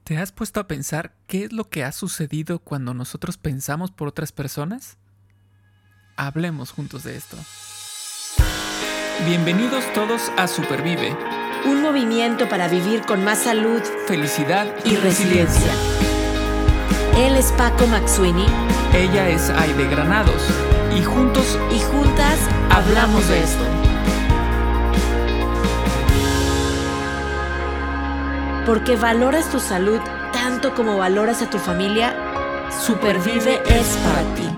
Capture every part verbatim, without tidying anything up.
¿Te has puesto a pensar qué es lo que ha sucedido cuando nosotros pensamos por otras personas? Hablemos juntos de esto. Bienvenidos todos a Supervive, un movimiento para vivir con más salud, felicidad y, y resiliencia. Él es Paco McSweeney. Ella es Aide Granados. Y juntos y juntas hablamos de esto. Porque valoras tu salud tanto como valoras a tu familia, Supervive es para ti.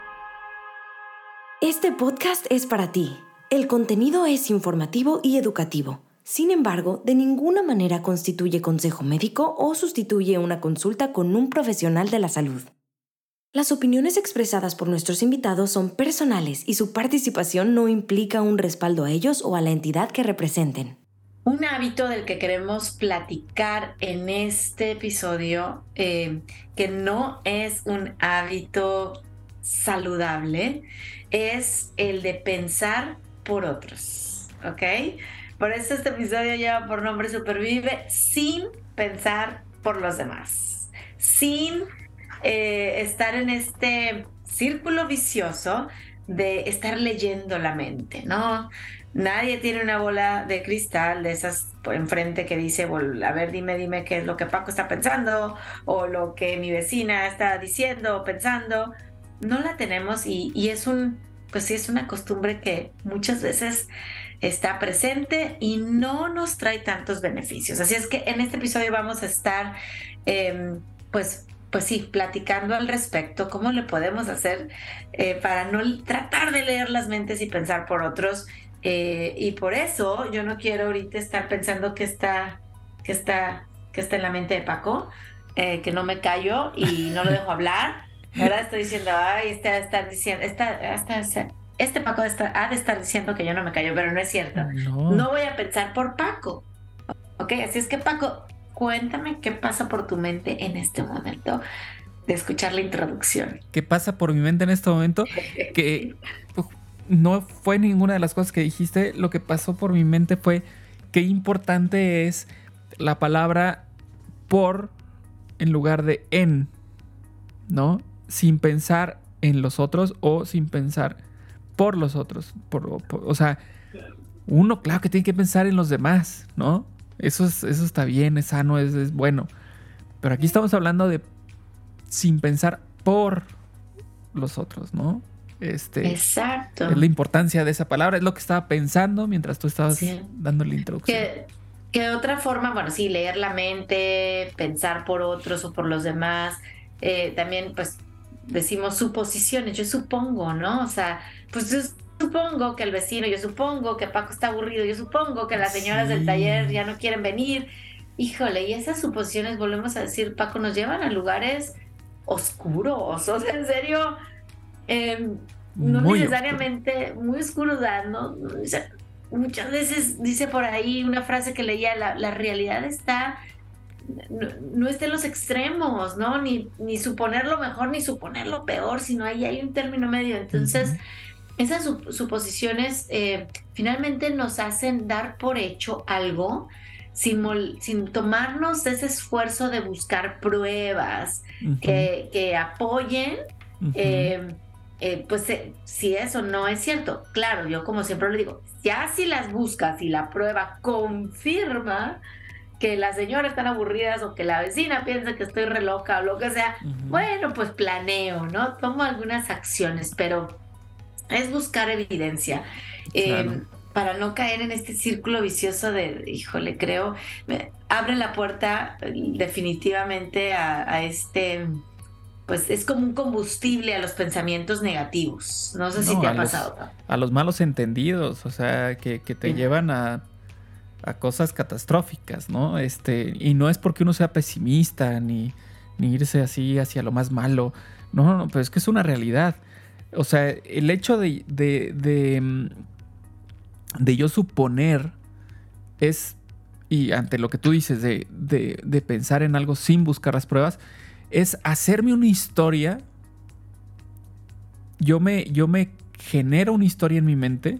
Este podcast es para ti. El contenido es informativo y educativo. Sin embargo, de ninguna manera constituye consejo médico o sustituye una consulta con un profesional de la salud. Las opiniones expresadas por nuestros invitados son personales y su participación no implica un respaldo a ellos o a la entidad que representen. Un hábito del que queremos platicar en este episodio, eh, que no es un hábito saludable, es el de pensar por otros, ¿ok? Por eso este episodio lleva por nombre Supervive sin pensar por los demás, sin eh, estar en este círculo vicioso de estar leyendo la mente, ¿no? Nadie tiene una bola de cristal de esas por enfrente que dice, a ver, dime, dime qué es lo que Paco está pensando o lo que mi vecina está diciendo o pensando. No la tenemos y, y es un, pues sí, es una costumbre que muchas veces está presente y no nos trae tantos beneficios. Así es que en este episodio vamos a estar, eh, pues, pues sí, platicando al respecto, cómo le podemos hacer eh, para no tratar de leer las mentes y pensar por otros. Eh, y por eso yo no quiero ahorita estar pensando que está, que está, que está en la mente de Paco, eh, que no me callo y no lo dejo hablar. Ahora estoy diciendo, ay, este está diciendo, esta, esta, este Paco está, ha de estar diciendo que yo no me callo, pero no es cierto. No. No voy a pensar por Paco. Ok, así es que Paco, cuéntame qué pasa por tu mente en este momento de escuchar la introducción. ¿Qué pasa por mi mente en este momento? Que no fue ninguna de las cosas que dijiste. Lo que pasó por mi mente fue qué importante es la palabra por en lugar de en, ¿no? Sin pensar en los otros o sin pensar por los otros. Por, por, o sea, uno, claro que tiene que pensar en los demás, ¿no? Eso, es, eso está bien, es sano, es, es bueno. Pero aquí estamos hablando de sin pensar por los otros, ¿no? Este, Exacto. Es la importancia de esa palabra, es lo que estaba pensando mientras tú estabas sí. dando la introducción. Que, que de otra forma, bueno, sí, leer la mente, pensar por otros o por los demás, eh, también pues decimos suposiciones, yo supongo, ¿no? O sea, pues yo supongo que el vecino, yo supongo que Paco está aburrido, yo supongo que las señoras sí. del taller ya no quieren venir. Híjole, y esas suposiciones, volvemos a decir, Paco, nos llevan a lugares oscuros, o sea, en serio, eh, no muy necesariamente oscuro. muy oscuros, ¿no? O sea, muchas veces dice por ahí una frase que leía, la, la realidad está, no, no está en los extremos, ¿no? Ni, ni suponer lo mejor ni suponer lo peor, sino ahí hay un término medio. Entonces, uh-huh. esas suposiciones eh, finalmente nos hacen dar por hecho algo sin, mol, sin tomarnos ese esfuerzo de buscar pruebas uh-huh. que, que apoyen uh-huh. eh, eh, pues eh, si eso no es cierto. Claro, yo como siempre lo digo, ya si las buscas y la prueba confirma que las señoras están aburridas o que la vecina piensa que estoy re loca o lo que sea, uh-huh. bueno, pues planeo, ¿no? Tomo algunas acciones, pero es buscar evidencia. Claro. Eh, para no caer en este círculo vicioso de, híjole, creo, me abre la puerta definitivamente a, a este, pues es como un combustible a los pensamientos negativos. No sé no, si te ha pasado. Los, a los malos entendidos, o sea, que, que te sí. llevan a, a cosas catastróficas, ¿no? Este, y no es porque uno sea pesimista ni, ni irse así hacia lo más malo. No, no, no, pero es que es una realidad. O sea, el hecho de, de, de, de yo suponer es, y ante lo que tú dices de, de, de pensar en algo sin buscar las pruebas, es hacerme una historia. Yo me, yo me genero una historia en mi mente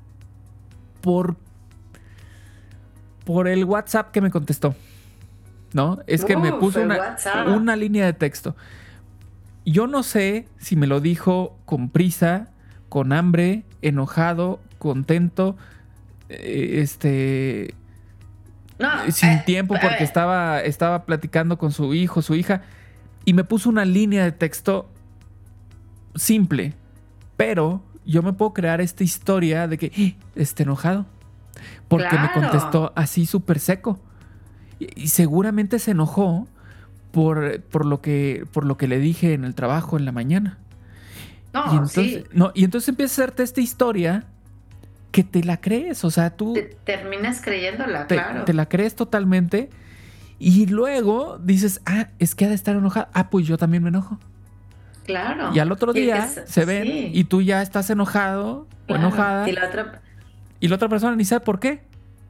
por, por el WhatsApp que me contestó. ¿no? Es que Uf, me puso una, una línea de texto. Yo no sé si me lo dijo con prisa, con hambre, enojado, contento, eh, este... No, sin eh, tiempo porque estaba, estaba platicando con su hijo, su hija, y me puso una línea de texto simple, pero yo me puedo crear esta historia de que ¡ah! Está enojado porque claro. me contestó así súper seco y, y seguramente se enojó por, por, lo que, por lo que le dije en el trabajo en la mañana. No, y entonces, sí. no, y entonces empieza a hacerte esta historia que te la crees, o sea, tú... Te terminas creyéndola, te, claro. Te la crees totalmente y luego dices, ah, es que ha de estar enojada. Ah, pues yo también me enojo. Claro. Y al otro día es, se ven sí. y tú ya estás enojado claro. o enojada. Y la otra... Y la otra persona ni sabe por qué.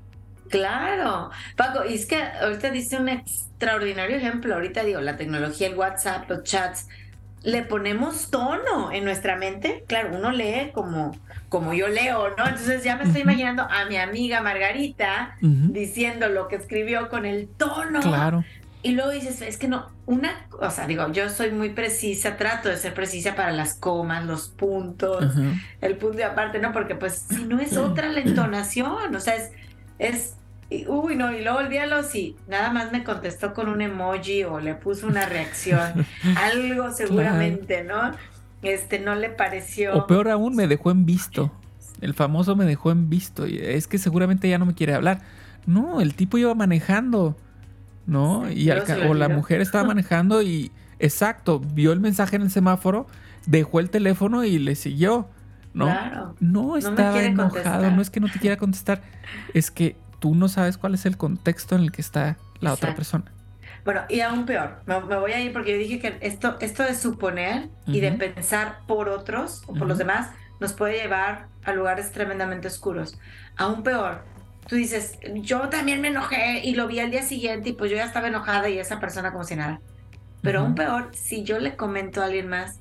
Claro. Paco, y es que ahorita dice un extraordinario ejemplo. Ahorita digo, la tecnología, el WhatsApp, los chats, le ponemos tono en nuestra mente. Claro, uno lee como, como yo leo, ¿no? Entonces ya me estoy uh-huh. imaginando a mi amiga Margarita uh-huh. diciendo lo que escribió con el tono. Claro. Y luego dices, es que no, una, o sea, digo, yo soy muy precisa, trato de ser precisa para las comas, los puntos, uh-huh. el punto y aparte, ¿no? Porque pues si no es otra la entonación, o sea, es, es, uy, no, y luego olvídalo, si nada más me contestó con un emoji o le puso una reacción, algo seguramente, claro. ¿no? Este, no le pareció. O peor aún, me dejó en visto, el famoso me dejó en visto, y es que seguramente ya no me quiere hablar. No, el tipo iba manejando. ¿No? Sí, y al, o la mujer estaba manejando y, exacto, vio el mensaje en el semáforo, dejó el teléfono y le siguió, ¿no? Claro. No estaba no enojado, contestar. no es que no te quiera contestar, es que tú no sabes cuál es el contexto en el que está la exacto. otra persona. Bueno, y aún peor, me, me voy a ir porque yo dije que esto, esto de suponer uh-huh. y de pensar por otros o por uh-huh. los demás nos puede llevar a lugares tremendamente oscuros. Aún peor. Tú dices, yo también me enojé y lo vi al día siguiente y pues yo ya estaba enojada y esa persona como si nada. Pero uh-huh. aún peor, si yo le comento a alguien más,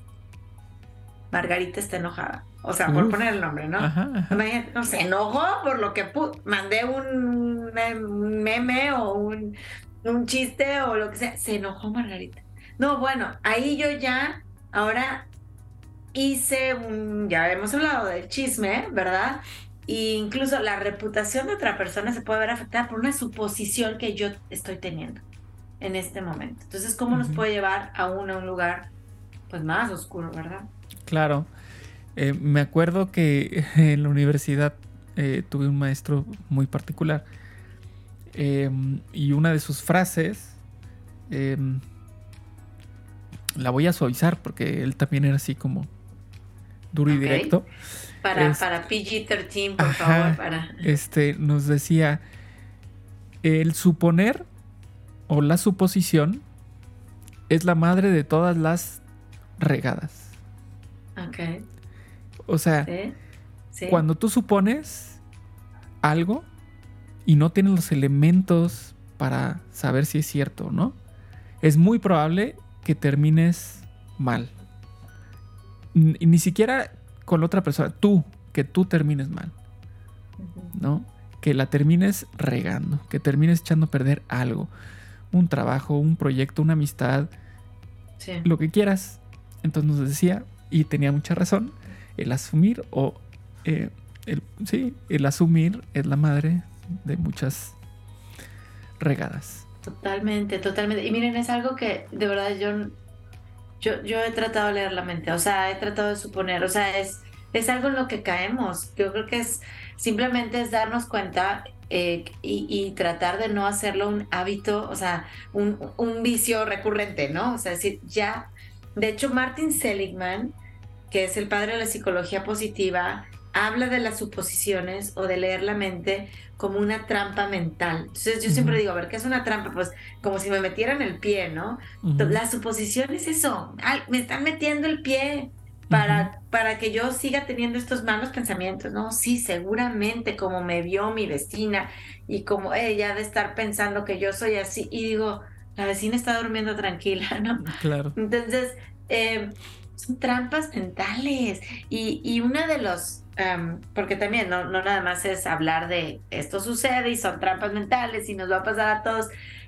Margarita está enojada. O sea, Uf. por poner el nombre, ¿no? Ajá, ajá. Imagínate, no, se enojó por lo que pu- mandé un, un meme o un, un chiste o lo que sea. Se enojó Margarita. No, bueno, ahí yo ya, ahora hice un, ya hemos hablado del chisme, ¿verdad? E incluso la reputación de otra persona se puede ver afectada por una suposición que yo estoy teniendo en este momento. Entonces, ¿cómo uh-huh. nos puede llevar a un, a un lugar pues más oscuro, verdad? Claro. Eh, me acuerdo que en la universidad eh, tuve un maestro muy particular eh, y una de sus frases eh, la voy a suavizar porque él también era así como duro y okay. directo. Para, es, para P G trece, por ajá, favor. Para... Este, nos decía, el suponer o la suposición es la madre de todas las regadas. Ok. O sea, sí, sí. cuando tú supones algo y no tienes los elementos para saber si es cierto o no, es muy probable que termines mal. N- ni siquiera... con la otra persona, tú, que tú termines mal, ¿no? Que la termines regando, que termines echando a perder algo, un trabajo, un proyecto, una amistad, sí. lo que quieras. Entonces nos decía, y tenía mucha razón, el asumir o, eh, el, sí, el asumir es la madre de muchas regadas. Totalmente, totalmente. Y miren, es algo que de verdad yo... Yo, yo he tratado de leer la mente, o sea, he tratado de suponer, o sea, es, es algo en lo que caemos. Yo creo que es simplemente es darnos cuenta eh, y, y tratar de no hacerlo un hábito, o sea, un, un vicio recurrente, ¿no? O sea, decir, ya, de hecho, Martin Seligman, que es el padre de la psicología positiva, habla de las suposiciones o de leer la mente como una trampa mental. Entonces yo uh-huh. siempre digo, a ver, ¿qué es una trampa? Pues como si me metieran el pie, ¿no? Uh-huh. La suposición es eso. Ay, me están metiendo el pie para, uh-huh. para que yo siga teniendo estos malos pensamientos, ¿no? Sí, seguramente como me vio mi vecina y como ella de estar pensando que yo soy así. Y digo, la vecina está durmiendo tranquila, ¿no? Claro. Entonces, eh, son trampas mentales. Y, y una de los... Um, porque también no, no nada más es hablar de esto sucede y son trampas mentales y nos va a pasar a todos.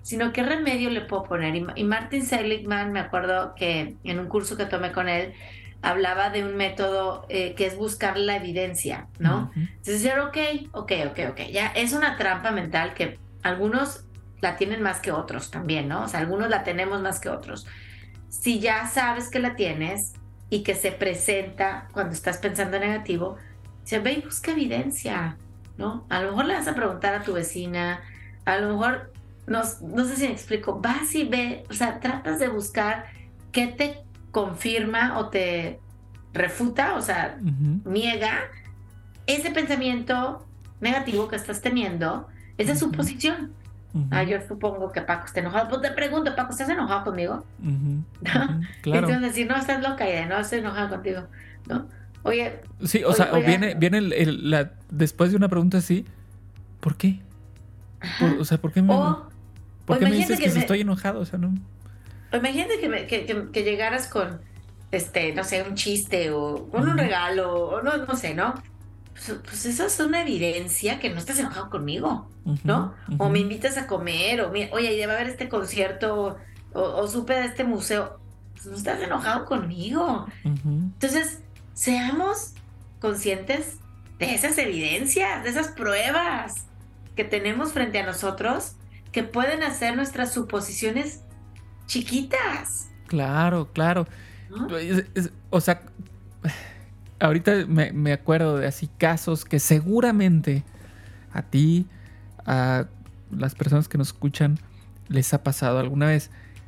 sino qué remedio le puedo poner. Y, y Martin Seligman, me acuerdo que en un curso que tomé con él, hablaba de un método eh, que es buscar la evidencia, ¿no? Ujú. Entonces decir, ok, ok, ok, ok, ya es una trampa mental que algunos la tienen más que otros también, ¿no? O sea, algunos la tenemos más que otros. Si ya sabes que la tienes y que se presenta cuando estás pensando negativo, se ve y busca evidencia, ¿no? A lo mejor le vas a preguntar a tu vecina, a lo mejor, no, no sé si me explico, vas y ve, o sea, tratas de buscar qué te confirma o te refuta, o sea, Ujú. niega ese pensamiento negativo que estás teniendo, esa Ujú. suposición. Ujú. Ah, yo supongo que Paco está enojado. Pues te pregunto, Paco, ¿estás enojado conmigo? Ujú. ¿No? Ujú. Y Claro. entonces decir, no, estás loca, y no, estoy enojado contigo, ¿no? Oye, Sí, o oye, sea, o oiga, viene, viene el, el- la, después de una pregunta así, ¿por qué? Por- o ajá. sea, ¿por qué me, O, o por qué me imagínate dices que que si estoy me, enojado? O sea, no. o imagínate que, me, que, que, que llegaras con, este, no sé, un chiste o con un Ujú. regalo, o no, no sé, ¿no? Pues, pues eso es una evidencia que no estás enojado conmigo, Ujú. ¿no? O me Ujú. invitas a comer, o mi- oye, ya va a haber este concierto, o, o supe de este museo. Pues no estás enojado conmigo. Ujú. Entonces, seamos conscientes de esas evidencias, de esas pruebas que tenemos frente a nosotros que pueden hacer nuestras suposiciones chiquitas, Claro, claro. ¿no? Es- es- o sea, ahorita me, me acuerdo de así casos que seguramente a ti, a las personas que nos escuchan, les ha pasado alguna vez.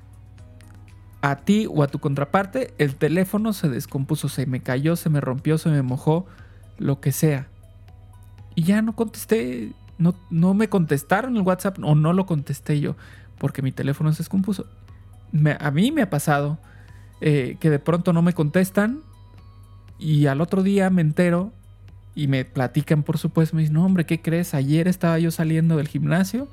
A ti o a tu contraparte, el teléfono se descompuso, se me cayó, se me rompió, se me mojó, lo que sea. Y ya no contesté, no, no me contestaron el WhatsApp o no lo contesté yo porque mi teléfono se descompuso. Me- a mí me ha pasado eh, que de pronto no me contestan y al otro día me entero y me platican, por supuesto, me dicen, no hombre, ¿qué crees? Ayer estaba yo saliendo del gimnasio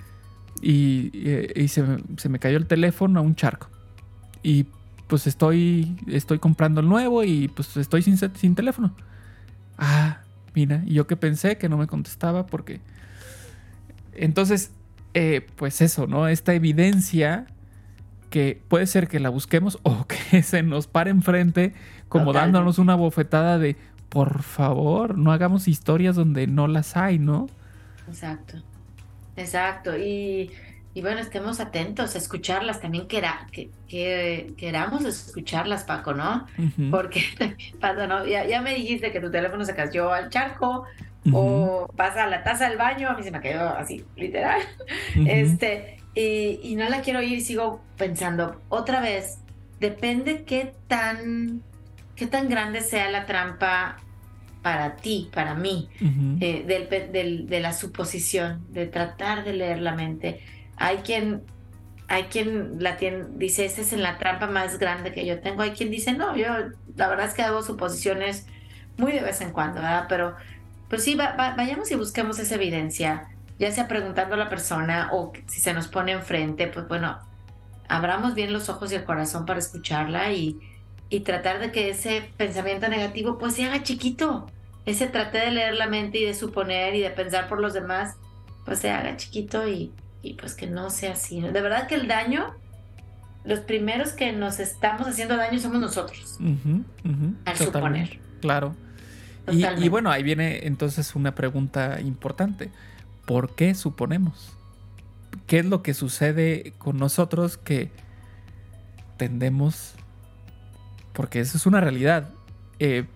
y, eh, y se, me- se me cayó el teléfono a un charco. Y pues estoy, estoy comprando el nuevo y pues estoy sin, se- sin teléfono. Ah, mira, y yo que pensé que no me contestaba porque... Entonces, eh, pues eso, ¿no? Esta evidencia que puede ser que la busquemos o que se nos pare enfrente como dándonos Totalmente. una bofetada de, por favor, no hagamos historias donde no las hay, ¿no? Exacto, exacto. Y, y bueno, estemos atentos a escucharlas también, quera, que, que queramos escucharlas, Paco, ¿no? Ujú. Porque también pasa, ¿no? Ya, ya me dijiste que tu teléfono se cayó al charco Ujú. o pasa a la taza del baño, a mí se me cayó así, literal. Ujú. Este, y, y no la quiero oír y sigo pensando, otra vez, depende qué tan, qué tan grande sea la trampa para ti, para mí, Ujú. eh, del, pe- del- de la suposición, de tratar de leer la mente. Hay quien, hay quien la tiene, dice, esta es en la trampa más grande que yo tengo. Hay quien dice, no, yo la verdad es que hago suposiciones muy de vez en cuando, ¿verdad? Pero, pues sí, va- va- vayamos y busquemos esa evidencia, ya sea preguntando a la persona o que si se nos pone enfrente, pues bueno, abramos bien los ojos y el corazón para escucharla y, y tratar de que ese pensamiento negativo pues se haga chiquito. Ese traté de leer la mente y de suponer y de pensar por los demás, pues se haga chiquito y, y pues que no sea así, ¿no? De verdad que el daño, los primeros que nos estamos haciendo daño somos nosotros, Ujú. Ujú. al Totalmente, suponer, claro. Y, y totalmente. bueno, ahí viene entonces una pregunta importante. ¿Por qué suponemos? ¿Qué es lo que sucede con nosotros que tendemos? Porque eso es una realidad. Eh,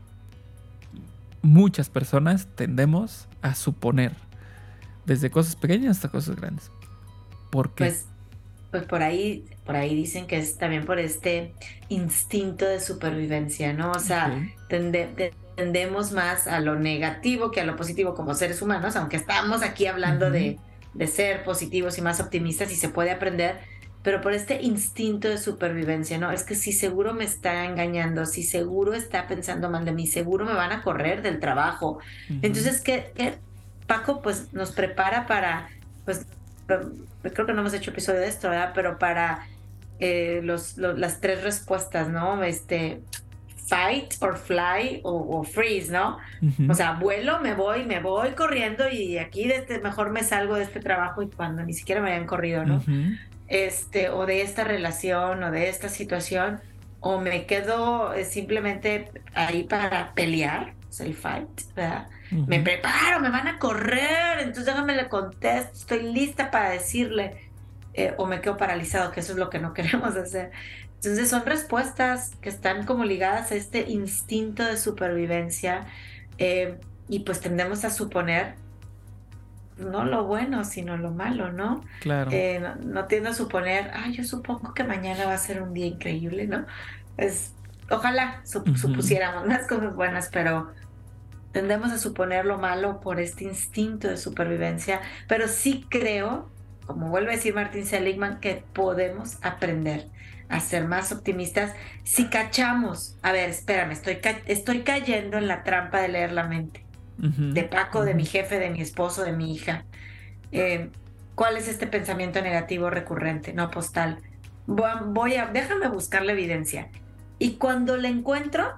muchas personas tendemos a suponer, desde cosas pequeñas hasta cosas grandes. ¿Por qué? Pues, pues por ahí, por ahí dicen que es también por este instinto de supervivencia, ¿no? O Ok. sea, tende- te- tendemos más a lo negativo que a lo positivo como seres humanos, aunque estamos aquí hablando Ujú. de, de ser positivos y más optimistas y se puede aprender, pero por este instinto de supervivencia, ¿no? Es que si seguro me está engañando, si seguro está pensando mal de mí, seguro me van a correr del trabajo. Ujú. Entonces, ¿qué, qué? Paco, pues nos prepara para, pues, creo que no hemos hecho episodio de esto, ¿verdad? Pero para eh, los, los- las tres respuestas, ¿no? Este, fight or fly o, o freeze, ¿no? Uh-huh. O sea, vuelo, me voy, me voy corriendo y aquí de este, mejor me salgo de este trabajo y cuando ni siquiera me habían corrido, ¿no? Uh-huh. Este, o de esta relación o de esta situación, o me quedo simplemente ahí para pelear, es el fight, ¿verdad? Uh-huh. Me preparo, me van a correr, entonces déjame le contesto, estoy lista para decirle, eh, o me quedo paralizado, que eso es lo que no queremos hacer. Entonces son respuestas que están como ligadas a este instinto de supervivencia, eh, y pues tendemos a suponer no lo bueno, sino lo malo, ¿no? Claro. Eh, no, no tiendo a suponer, ah, yo supongo que mañana va a ser un día increíble, ¿no? Pues ojalá sup- uh-huh. supusiéramos más cosas buenas, pero tendemos a suponer lo malo por este instinto de supervivencia, pero sí creo, como vuelve a decir Martin Seligman, que podemos aprender a ser más optimistas si cachamos, a ver, espérame, estoy, ca- estoy cayendo en la trampa de leer la mente. Uh-huh. De Paco, uh-huh. de mi jefe, de mi esposo, de mi hija. Eh, ¿Cuál es este pensamiento negativo recurrente? No, pues tal. Voy, voy a, déjame buscar la evidencia. Y cuando la encuentro,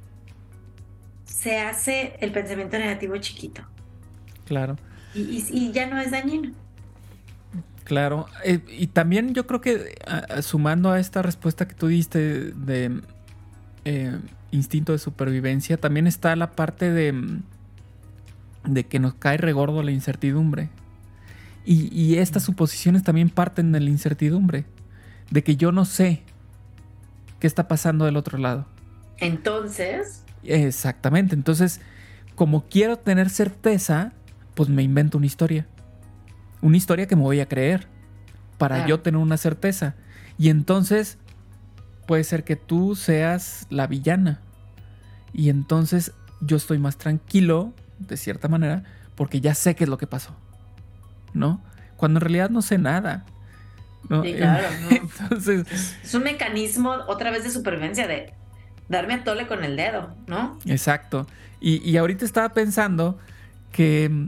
se hace el pensamiento negativo chiquito. Claro. Y, y, y ya no es dañino. Claro. Eh, y también yo creo que a, sumando a esta respuesta que tú diste de eh, instinto de supervivencia, también está la parte de de que nos cae regordo la incertidumbre. Y, y estas suposiciones también parten de la incertidumbre, de que yo no sé qué está pasando del otro lado. Entonces... Exactamente. Entonces, como quiero tener certeza, pues me invento una historia. Una historia que me voy a creer para ah. yo tener una certeza. Y entonces puede ser que tú seas la villana. Y entonces yo estoy más tranquilo, de cierta manera, porque ya sé qué es lo que pasó, ¿no? Cuando en realidad no sé nada, ¿no? Sí, claro, ¿no? Entonces... Es un mecanismo, otra vez, de supervivencia, de darme a tole con el dedo, ¿no? Exacto. Y, y ahorita estaba pensando que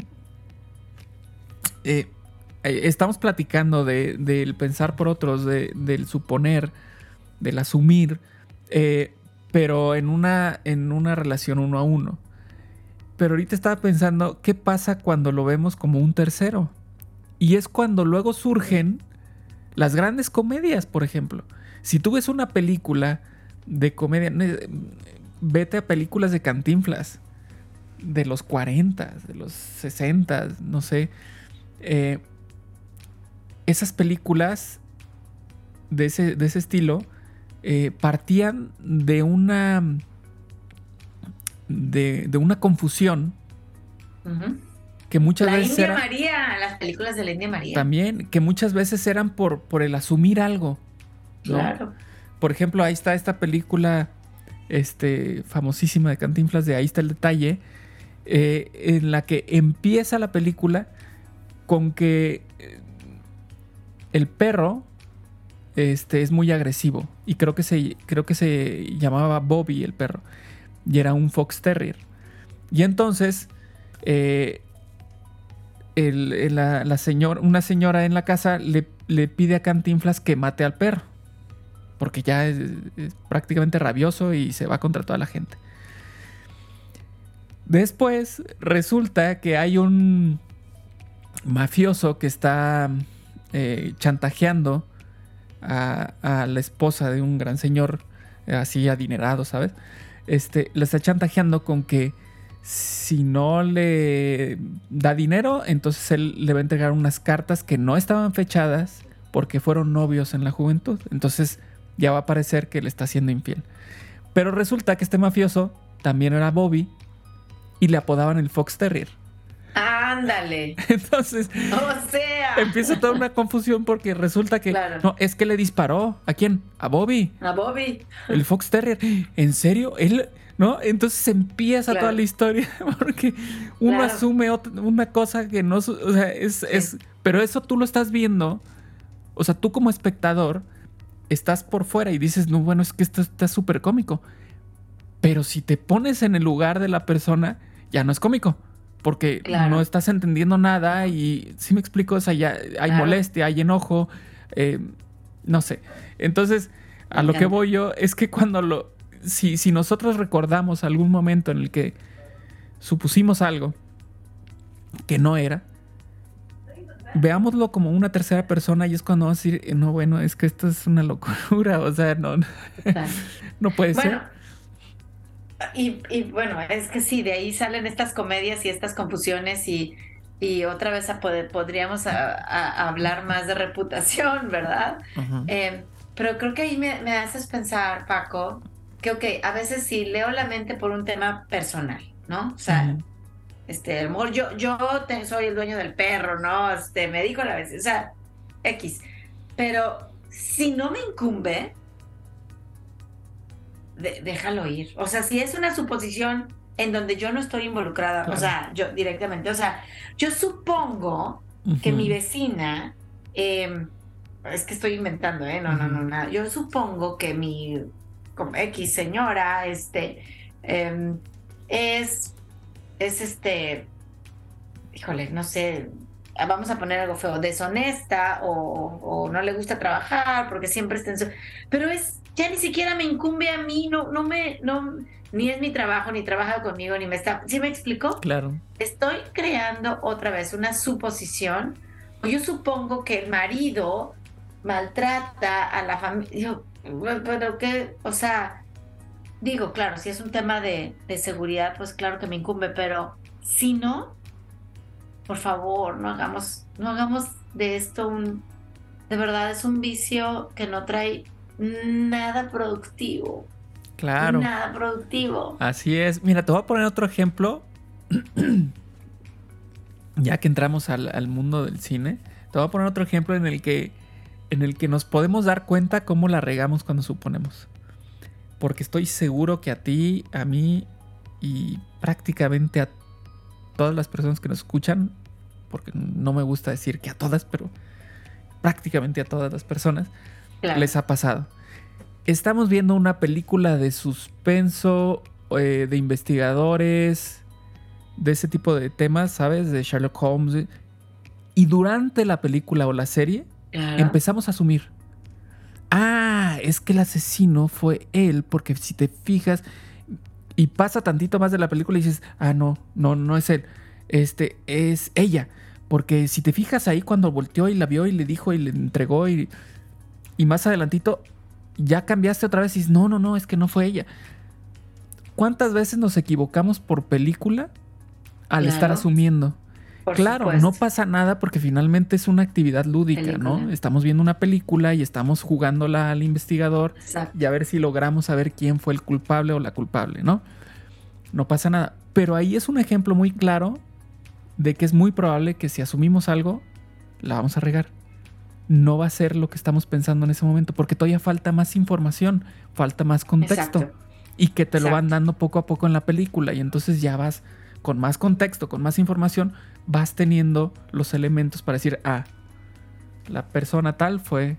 eh, estamos platicando de, del pensar por otros, de, del suponer, del asumir, eh, pero en una, en una relación uno a uno. Pero ahorita estaba pensando, ¿qué pasa cuando lo vemos como un tercero? Y es cuando luego surgen las grandes comedias, por ejemplo. Si tú ves una película de comedia, vete a películas de Cantinflas, de los cuarenta, de los sesenta, no sé. Eh, esas películas de ese, de ese estilo eh, partían de una... De, de una confusión uh-huh. que muchas la veces India era, María, las películas de la India María. También, que muchas veces eran por, por el asumir algo, ¿no? Claro. Por ejemplo, ahí está esta película este, famosísima de Cantinflas, de Ahí está el detalle, eh, en la que empieza la película con que el perro este, es muy agresivo. Y creo que se, creo que se llamaba Bobby el perro. Y era un Fox Terrier. Y entonces, eh, el, el, la, la señor, una señora en la casa le, le pide a Cantinflas que mate al perro. Porque ya es, es prácticamente rabioso y se va contra toda la gente. Después resulta que hay un mafioso que está eh, chantajeando a, a la esposa de un gran señor, eh, así adinerado, ¿sabes? Este, le está chantajeando con que si no le da dinero, entonces él le va a entregar unas cartas que no estaban fechadas porque fueron novios en la juventud. Entonces ya va a parecer que le está siendo infiel. Pero resulta que este mafioso también era Bobby y le apodaban el Fox Terrier. ¡Ándale! Entonces, o sea, empieza toda una confusión porque resulta que claro. no, es que le disparó. ¿A quién? A Bobby. A Bobby. El Fox Terrier. ¿En serio? Él, ¿no? Entonces empieza claro. toda la historia porque uno claro. asume otra, una cosa que no, o sea, es, sí. es, pero eso tú lo estás viendo, o sea, tú como espectador estás por fuera y dices, no, bueno, es que esto está súper cómico. Pero si te pones en el lugar de la persona, ya no es cómico. Porque claro. no estás entendiendo nada y, ¿sí me explico? O sea, ya hay claro. molestia, hay enojo, eh, no sé. Entonces, a me lo encanta. que voy yo es que cuando lo... si, si nosotros recordamos algún momento en el que supusimos algo que no era, veámoslo como una tercera persona y es cuando vamos a decir, no, bueno, es que esto es una locura, o sea, no, no puede bueno, ser. Y, y bueno, es que sí, de ahí salen estas comedias y estas confusiones y, y otra vez a poder, podríamos a, a, a hablar más de reputación, ¿verdad? Uh-huh. Eh, pero creo que ahí me, me haces pensar, Paco, que ok, a veces sí leo la mente por un tema personal, ¿no? O sea, uh-huh. este, a lo mejor yo, yo te, soy el dueño del perro, ¿no? Este, me dijo la vez, o sea, X. Pero si no me incumbe, de, déjalo ir. O sea, si es una suposición en donde yo no estoy involucrada, claro. O sea, yo directamente, o sea, yo supongo uh-huh. que mi vecina, eh, es que estoy inventando, ¿eh? No, uh-huh. no, no, nada. Yo supongo que mi como X señora, este, eh, es, es este, híjole, no sé, vamos a poner algo feo, deshonesta o, o no le gusta trabajar porque siempre está en su... Pero es, ya ni siquiera me incumbe a mí, no, no me, no, ni es mi trabajo, ni trabaja conmigo, ni me está... ¿Sí me explico? Claro. Estoy creando otra vez una suposición. Yo supongo que el marido maltrata a la familia. Pero que, o sea, digo, claro, si es un tema de, de seguridad, pues claro que me incumbe, pero si no, por favor, no hagamos, no hagamos de esto un, de verdad es un vicio que no trae nada productivo. Claro. Nada productivo. Así es. Mira, te voy a poner otro ejemplo. Ya que entramos al, al mundo del cine, te voy a poner otro ejemplo en el que, en el que nos podemos dar cuenta cómo la regamos cuando suponemos. Porque estoy seguro que a ti, a mí y prácticamente a todas las personas que nos escuchan, porque no me gusta decir que a todas, pero prácticamente a todas las personas, claro. Les ha pasado. Estamos viendo una película de suspenso, eh, de investigadores, de ese tipo de temas, ¿sabes? De Sherlock Holmes. Y durante la película o la serie, claro. Empezamos a asumir. Ah, es que el asesino fue él, porque si te fijas y pasa tantito más de la película y dices, ah, no, no, no es él. Este, es ella. Porque si te fijas ahí cuando volteó y la vio y le dijo y le entregó y, y más adelantito ya cambiaste otra vez y dices, no, no, no, es que no fue ella. ¿Cuántas veces nos equivocamos por película al claro. estar asumiendo? Por claro, supuesto. No pasa nada porque finalmente es una actividad lúdica, película. ¿No? Estamos viendo una película y estamos jugándola al investigador. Exacto. Y a ver si logramos saber quién fue el culpable o la culpable, ¿no? No pasa nada. Pero ahí es un ejemplo muy claro de que es muy probable que si asumimos algo, la vamos a regar. No va a ser lo que estamos pensando en ese momento porque todavía falta más información, falta más contexto. Exacto. Y que te Exacto. Lo van dando poco a poco en la película y entonces ya vas con más contexto, con más información, vas teniendo los elementos para decir, ah, la persona tal fue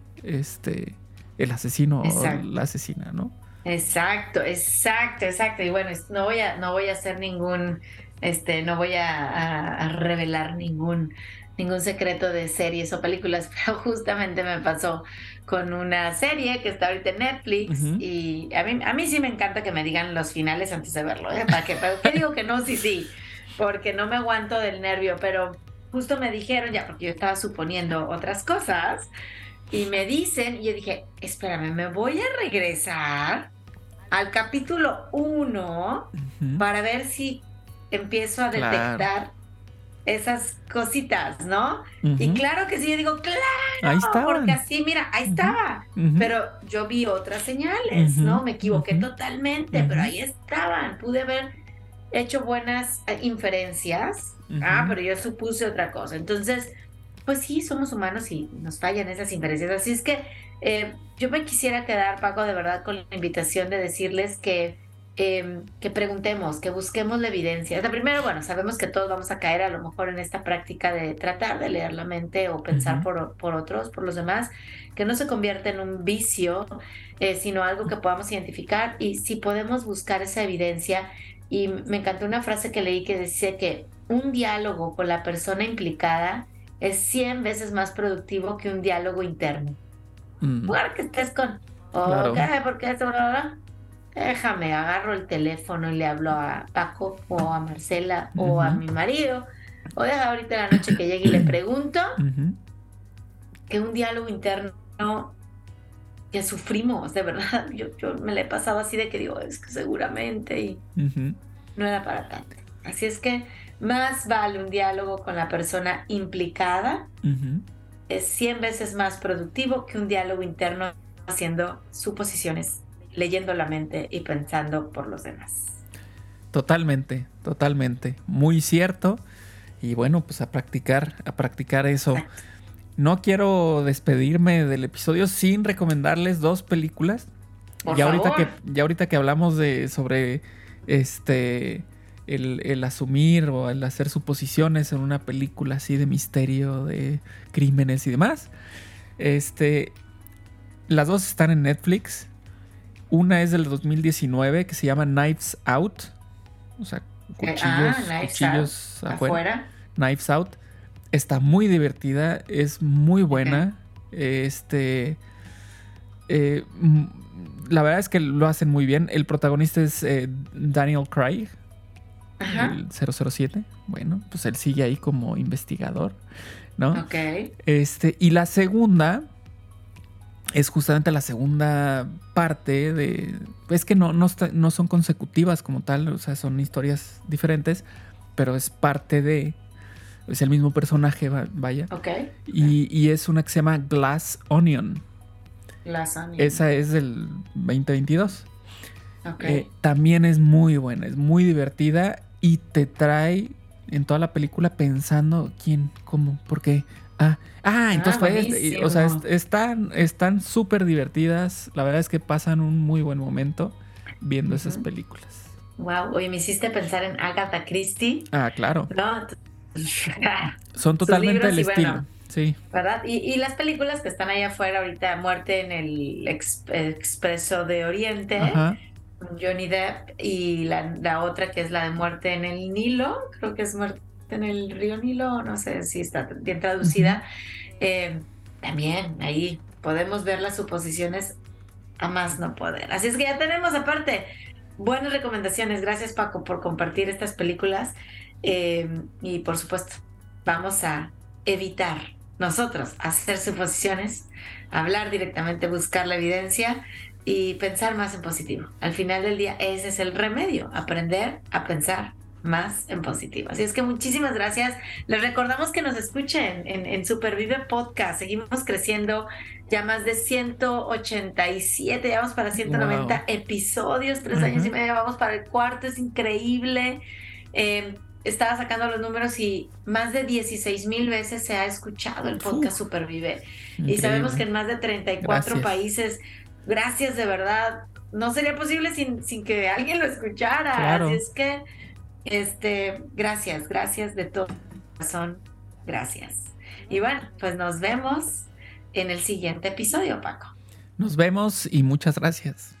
este el asesino Exacto. O la asesina, ¿no? Exacto, exacto, exacto. Y bueno, no voy a, no voy a hacer ningún, este, no voy a, a, a revelar ningún, ningún secreto de series o películas, pero justamente me pasó con una serie que está ahorita en Netflix uh-huh. y a mí, a mí sí me encanta que me digan los finales antes de verlo, ¿eh? ¿Para qué? ¿Para qué digo que no? Sí, sí, porque no me aguanto del nervio, pero justo me dijeron ya, porque yo estaba suponiendo otras cosas y me dicen, y yo dije, espérame, me voy a regresar al capítulo uno uh-huh. para ver si empiezo a detectar claro. esas cositas, ¿no? Uh-huh. Y claro que sí, yo digo, claro, ahí estaba. Porque así, mira, ahí uh-huh. estaba. Uh-huh. Pero yo vi otras señales, uh-huh. ¿no? Me equivoqué uh-huh. totalmente, uh-huh. pero ahí estaban. Pude haber hecho buenas eh, inferencias, uh-huh. ah, pero yo supuse otra cosa. Entonces, pues sí, somos humanos y nos fallan esas inferencias. Así es que eh, yo me quisiera quedar, Paco, de verdad, con la invitación de decirles que Eh, que preguntemos, que busquemos la evidencia. O sea, primero, bueno, sabemos que todos vamos a caer a lo mejor en esta práctica de tratar de leer la mente o pensar uh-huh. por, por otros, por los demás, que no se convierta en un vicio, eh, sino algo que podamos identificar y si podemos buscar esa evidencia. Y me encantó una frase que leí que decía que un diálogo con la persona implicada es cien veces más productivo que un diálogo interno. Uh-huh. Porque estés con, oh, claro. ¿Qué? ¿Por qué esto? Bla, bla, bla. déjame, agarro el teléfono y le hablo a Paco o a Marcela uh-huh. o a mi marido, o deja ahorita la noche que llegue y le pregunto, uh-huh. que un diálogo interno que sufrimos, de verdad, yo, yo me la he pasado así de que digo, es que seguramente, y uh-huh. no era para tanto. Así es que más vale un diálogo con la persona implicada, uh-huh. es cien veces más productivo que un diálogo interno haciendo suposiciones, leyendo la mente y pensando por los demás. Totalmente, totalmente. Muy cierto. Y bueno, pues a practicar, a practicar eso. Exacto. No quiero despedirme del episodio sin recomendarles dos películas. Por ya favor. ahorita que ya ahorita que hablamos de sobre este el, el asumir o el hacer suposiciones en una película así de misterio, de crímenes y demás. Este, las dos están en Netflix. Una es del dos mil diecinueve que se llama Knives Out. O sea, cuchillos, ah, cuchillos out. afuera. afuera. Knives Out. Está muy divertida, es muy buena. Okay. Este, eh, la verdad es que lo hacen muy bien. El protagonista es eh, Daniel Craig, Ajá. el cero cero siete. Bueno, pues él sigue ahí como investigador, ¿no? Ok. Este, y la segunda es justamente la segunda parte de... Es que no, no, está, no son consecutivas como tal, o sea, son historias diferentes, pero es parte de... Es el mismo personaje, vaya. Ok. Y, y es una que se llama Glass Onion. Glass Onion. Esa es del veinte veintidós. Ok. Eh, también es muy buena, es muy divertida y te trae en toda la película pensando quién, cómo, por qué. Ah, ah entonces ah, fue este. O sea, est- están están súper divertidas. La verdad es que pasan un muy buen momento viendo uh-huh. esas películas. Wow, oye, me hiciste pensar en Agatha Christie. Ah, claro. ¿No? Son totalmente el estilo. Bueno, sí. ¿Verdad? Y, y las películas que están ahí afuera ahorita, Muerte en el ex, Expreso de Oriente, Ajá. con Johnny Depp, y la, la otra que es la de Muerte en el Nilo, creo que es Muerte en el río Nilo, no sé si está bien traducida. Uh-huh. Eh, también ahí podemos ver las suposiciones a más no poder. Así es que ya tenemos aparte buenas recomendaciones. Gracias, Paco, por compartir estas películas. Eh, y por supuesto, vamos a evitar nosotros hacer suposiciones, hablar directamente, buscar la evidencia y pensar más en positivo. Al final del día, ese es el remedio, aprender a pensar más en positivo. Así es que muchísimas gracias. Les recordamos que nos escuchen en, en Supervive Podcast. Seguimos creciendo, ya más de ciento ochenta y siete, ya vamos para ciento noventa wow. episodios, tres uh-huh. años y medio, vamos para el cuarto, es increíble. Eh, Estaba sacando los números y más de dieciséis mil veces se ha escuchado el podcast uh, Supervive. Increíble. Y sabemos que en más de treinta y cuatro gracias. Países, gracias de verdad. No sería posible sin, sin que alguien lo escuchara. Claro. Así es que, este, gracias, gracias de todo corazón. Gracias. Y bueno, pues nos vemos en el siguiente episodio, Paco. Nos vemos y muchas gracias.